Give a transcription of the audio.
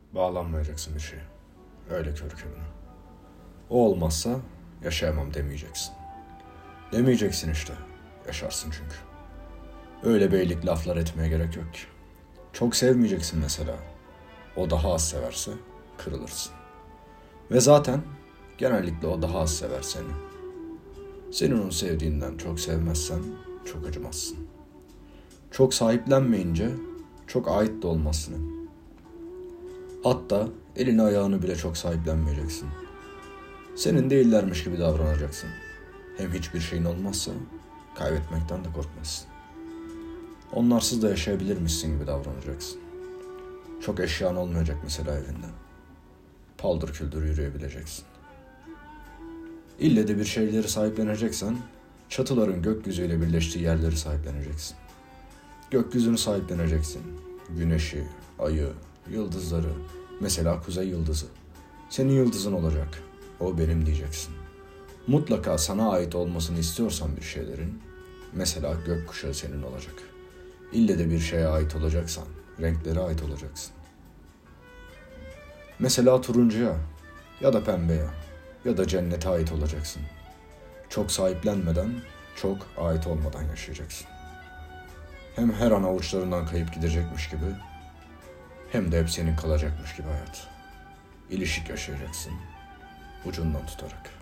Bağlanmayacaksın bir şeye. Öyle körü körüne. O olmazsa yaşayamam demeyeceksin. Demeyeceksin işte. Yaşarsın çünkü. Öyle beylik laflar etmeye gerek yok ki. Çok sevmeyeceksin mesela. O daha az severse kırılırsın. Ve zaten genellikle o daha az sever seni. Senin onu sevdiğinden çok sevmezsen çok acımazsın. Çok sahiplenmeyince çok ait de olmazsın. Hatta elini ayağını bile çok sahiplenmeyeceksin. Senin değillermiş gibi davranacaksın. Hem hiçbir şeyin olmazsa kaybetmekten de korkmazsın. Onlarsız da yaşayabilirmişsin gibi davranacaksın. Çok eşyan olmayacak mesela evinde. Paldır küldür yürüyebileceksin. İlle de bir şeyleri sahipleneceksen çatıların gökyüzüyle birleştiği yerleri sahipleneceksin. Gökyüzünü sahipleneceksin. Güneşi, ayı, yıldızları, mesela kuzey yıldızı. Senin yıldızın olacak. O benim diyeceksin. Mutlaka sana ait olmasını istiyorsan bir şeylerin, mesela gökkuşağı senin olacak. İlle de bir şeye ait olacaksan, renklere ait olacaksın. Mesela turuncuya ya da pembeye ya da cennete ait olacaksın. Çok sahiplenmeden, çok ait olmadan yaşayacaksın. Hem her an avuçlarından kayıp gidecekmiş gibi, hem de hep senin kalacakmış gibi hayat. İlişik yaşayacaksın, ucundan tutarak.